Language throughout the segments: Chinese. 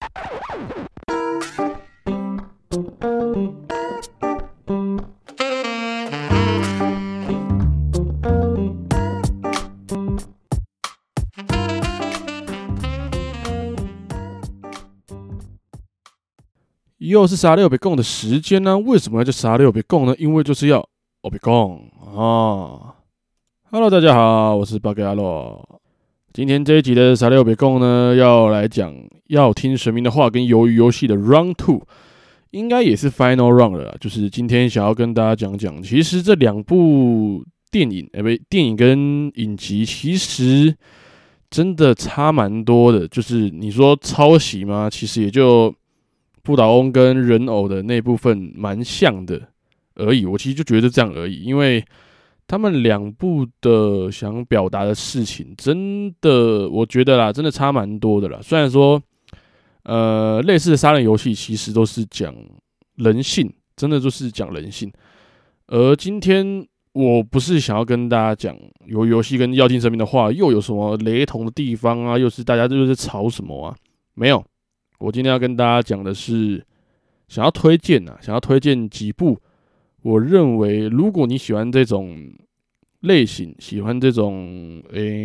又是傻六别供的时间呢？为什么要叫傻六别供呢？因为就是要别供啊！Hello， 大家好，我是巴格阿洛。今天这一集的傻六别供呢，要来讲要听神明的话跟鱿鱼游戏的 Round 2，应该也是 Final Round 了啦。就是今天想要跟大家讲讲，其实这两部电影，电影跟影集其实真的差蛮多的。就是你说抄袭吗？其实也就不倒翁跟人偶的那部分蛮像的而已，我其实就觉得这样而已，因为他们两部的想表达的事情，真的我觉得啦，真的差蛮多的啦。虽然说，类似的杀人游戏其实都是讲人性，真的就是讲人性。而今天我不是想要跟大家讲游戏跟要听神明的话又有什么雷同的地方啊，又是大家就是吵什么啊？没有。我今天要跟大家讲的是，想要推荐几部我认为，如果你喜欢这种类型，喜欢这种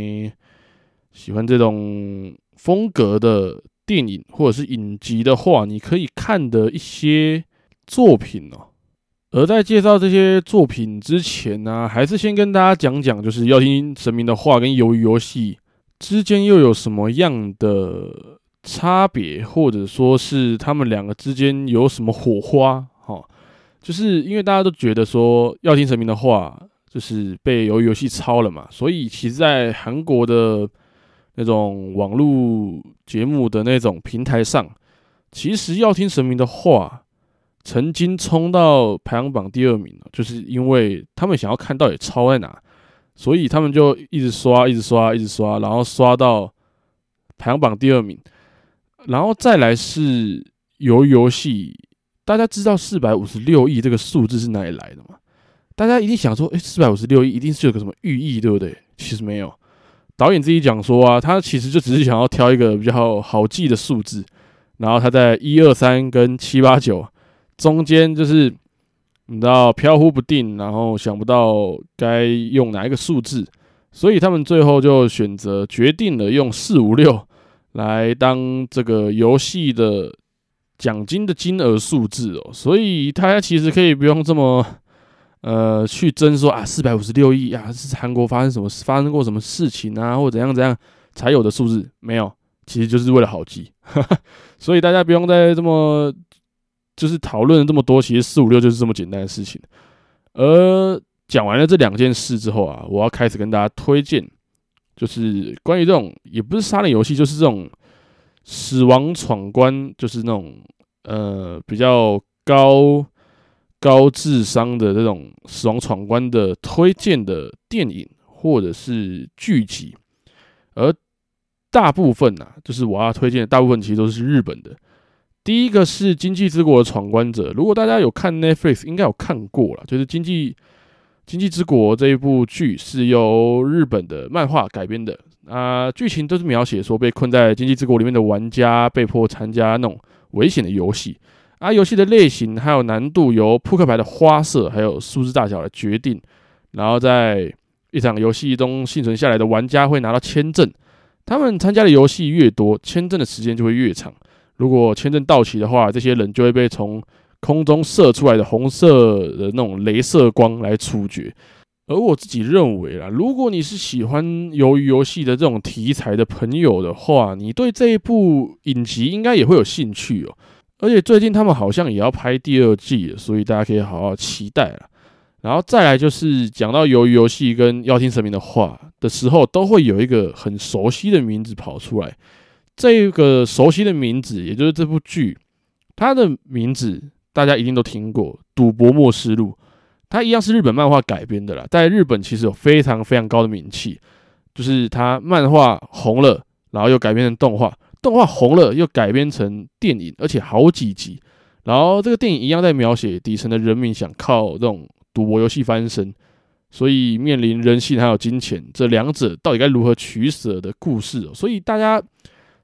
风格的电影或者是影集的话，你可以看的一些作品哦。而在介绍这些作品之前呢，还是先跟大家讲讲，就是要听神明的话跟鱿鱼游戏之间又有什么样的差别，或者说是他们两个之间有什么火花？就是因为大家都觉得说要听神明的话，就是被鱿鱼游戏抄了嘛，所以其实在韩国的那种网络节目的那种平台上，其实要听神明的话曾经冲到排行榜第2名，就是因为他们想要看到底抄在哪，所以他们就一直刷，然后刷到排行榜第2名。然后再来是鱿鱼游戏，大家知道456亿这个数字是哪里来的吗？大家一定想说，456亿一定是有个什么寓意，对不对？其实没有，导演自己讲说啊，他其实就只是想要挑一个比较好记的数字，然后他在1、2、3跟7、8、9中间就是你知道飘忽不定，然后想不到该用哪一个数字，所以他们最后就决定了用456。来当这个游戏的奖金的金额数字哦，所以大家其实可以不用这么去争说啊456亿啊是韩国发生过什么事情啊，或怎样才有的数字，没有，其实就是为了好记，所以大家不用再这么就是讨论这么多，其实456就是这么简单的事情。而讲完了这两件事之后啊，我要开始跟大家推荐。就是关于这种也不是杀人游戏，就是这种死亡闯关，就是那种比较高智商的这种死亡闯关的推荐的电影或者是剧集，而大部分就是我要推荐的大部分其实都是日本的。第一个是《今际之国的闯关者》，如果大家有看 Netflix， 应该有看过啦，就是《今际之国》这一部剧是由日本的漫画改编的剧情都是描写说被困在今际之国里面的玩家被迫参加那种危险的游戏游戏的类型还有难度由扑克牌的花色还有数字大小来决定，然后在一场游戏中幸存下来的玩家会拿到签证，他们参加的游戏越多，签证的时间就会越长，如果签证到期的话，这些人就会被从空中射出来的红色的那种雷射光来处决。而我自己认为啦，如果你是喜欢鱿鱼游戏的这种题材的朋友的话，你对这一部影集应该也会有兴趣哦。而且最近他们好像也要拍第2季了，所以大家可以好好期待啦。然后再来就是讲到鱿鱼游戏跟要听神明的话的时候，都会有一个很熟悉的名字跑出来。这个熟悉的名字，也就是这部剧，它的名字大家一定都听过，《赌博默示录》，它一样是日本漫画改编的啦，在日本其实有非常非常高的名气，就是它漫画红了，然后又改编成动画，动画红了又改编成电影，而且好几集。然后这个电影一样在描写底层的人民想靠这种赌博游戏翻身，所以面临人性还有金钱这两者到底该如何取舍的故事所以大家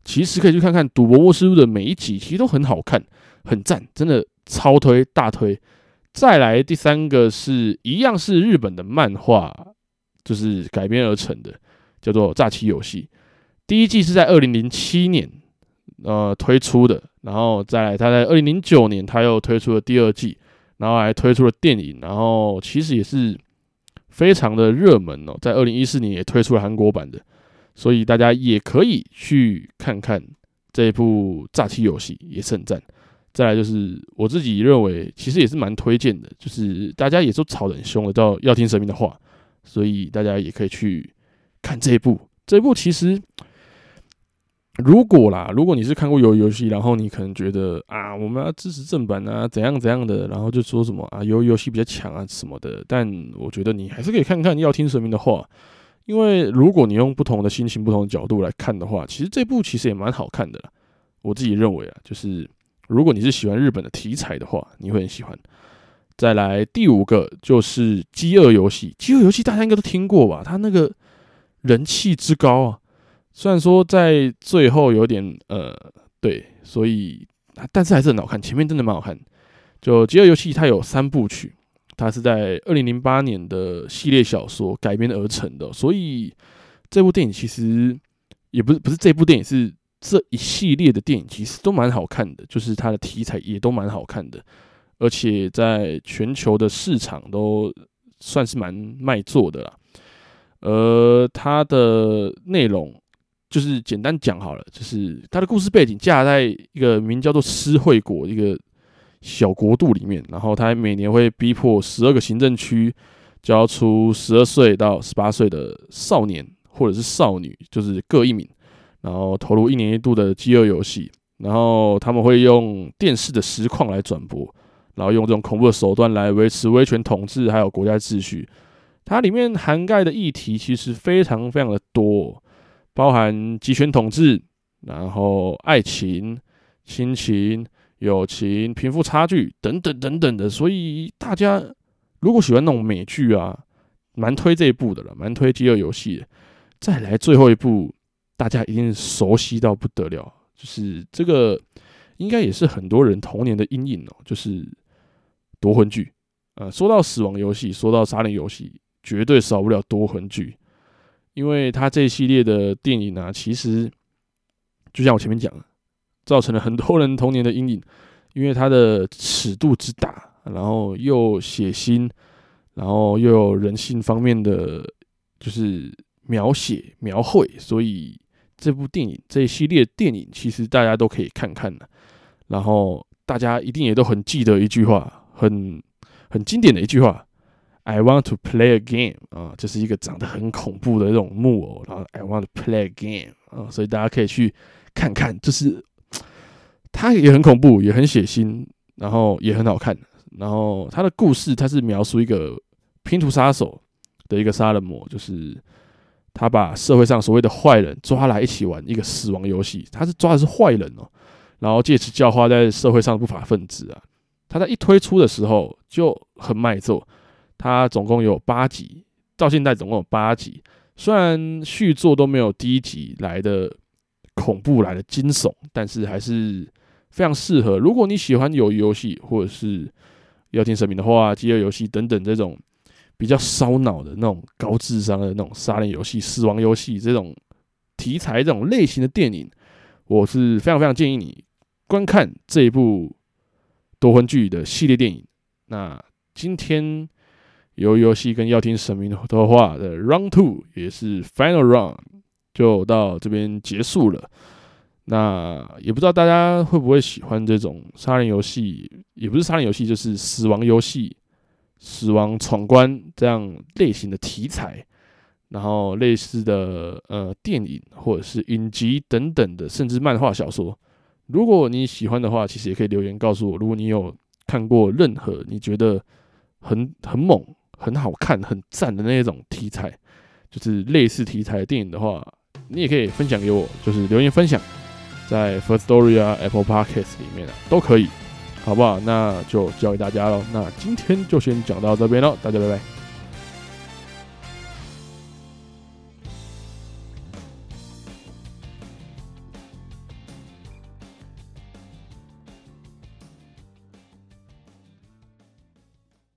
其实可以去看看《赌博默示录》的每一集，其实都很好看，很赞，真的超推大推。再来第3个是一样是日本的漫画，就是改编而成的，叫做《诈欺游戏》。第1季是在2007年推出的，然后再来他在2009年他又推出了第2季，然后还推出了电影，然后其实也是非常的热门哦，在2014年也推出了韩国版的，所以大家也可以去看看这一部《诈欺游戏》，也是很赞。再来就是我自己认为，其实也是蛮推荐的，就是大家也都吵得很凶的，叫《要听神明的话》，所以大家也可以去看这一部。这一部其实，如果你是看过鱿鱼游戏，然后你可能觉得啊，我们要支持正版啊，怎样怎样的，然后就说什么啊，鱿鱼游戏比较强啊什么的，但我觉得你还是可以看看《要听神明的话》，因为如果你用不同的心情、不同的角度来看的话，其实这部其实也蛮好看的啦。我自己认为啊，就是如果你是喜欢日本的题材的话，你会很喜欢。再来第5个就是《饥饿游戏》，《饥饿游戏》大家应该都听过吧？它那个人气之高啊，虽然说在最后有点对，所以但是还是很好看，前面真的蛮好看。就《饥饿游戏》它有3部曲，它是在2008年的系列小说改编而成的，所以这部电影其实也不是这部电影，是这一系列的电影其实都蛮好看的，就是它的题材也都蛮好看的，而且在全球的市场都算是蛮卖座的啦。它的内容就是简单讲好了，就是它的故事背景架在一个名叫做施惠国一个小国度里面，然后它每年会逼迫12个行政区交出12岁到18岁的少年或者是少女，就是各1名，然后投入1年1度的饥饿游戏，然后他们会用电视的实况来转播，然后用这种恐怖的手段来维持威权统治还有国家秩序。它里面涵盖的议题其实非常非常的多，包含集权统治，然后爱情、亲情、友情、贫富差距等等等等的。所以大家如果喜欢那种美剧啊，蛮推这一部的了，蛮推《饥饿游戏》的。再来最后一部，大家一定熟悉到不得了，就是这个应该也是很多人童年的阴影哦，就是夺魂剧。说到死亡游戏，说到杀人游戏，绝对少不了夺魂剧，因为它这一系列的电影啊，其实就像我前面讲的，造成了很多人童年的阴影，因为它的尺度之大，然后又血腥，然后又有人性方面的就是描写描绘，所以这部电影这一系列电影其实大家都可以看看的。然后大家一定也都很记得一句话，很经典的一句话 ，I want to play a game 啊，这是一个长得很恐怖的那种木偶，然后 I want to play a game 啊，所以大家可以去看看，就是它也很恐怖，也很血腥，然后也很好看。然后它的故事，它是描述一个拼图杀手的一个杀人魔，就是他把社会上所谓的坏人抓来一起玩一个死亡游戏，他是抓的是坏人哦，然后借此教化在社会上的不法分子啊。他在一推出的时候就很卖座，他总共有8集，到现在总共有8集。虽然续作都没有第1集来的恐怖、来的惊悚，但是还是非常适合。如果你喜欢鱿鱼游戏，或者是要听神明的话、饥饿游戏等等这种比较烧脑的那种高智商的那种杀人游戏、死亡游戏这种题材、这种类型的电影，我是非常非常建议你观看这一部夺魂剧的系列电影。那今天鱿鱼游戏跟要听神明的话的 Round 2也是 Final Round 就到这边结束了。那也不知道大家会不会喜欢这种杀人游戏，也不是杀人游戏，就是死亡游戏、死亡闯关这样类型的题材，然后类似的电影或者是影集等等的，甚至漫画小说。如果你喜欢的话，其实也可以留言告诉我。如果你有看过任何你觉得很猛、很好看、很赞的那种题材，就是类似题材的电影的话，你也可以分享给我，就是留言分享，在 Firstory 啊、Apple Podcast 里面啊都可以，好不好？那就交给大家咯。那今天就先讲到这边咯，大家拜拜。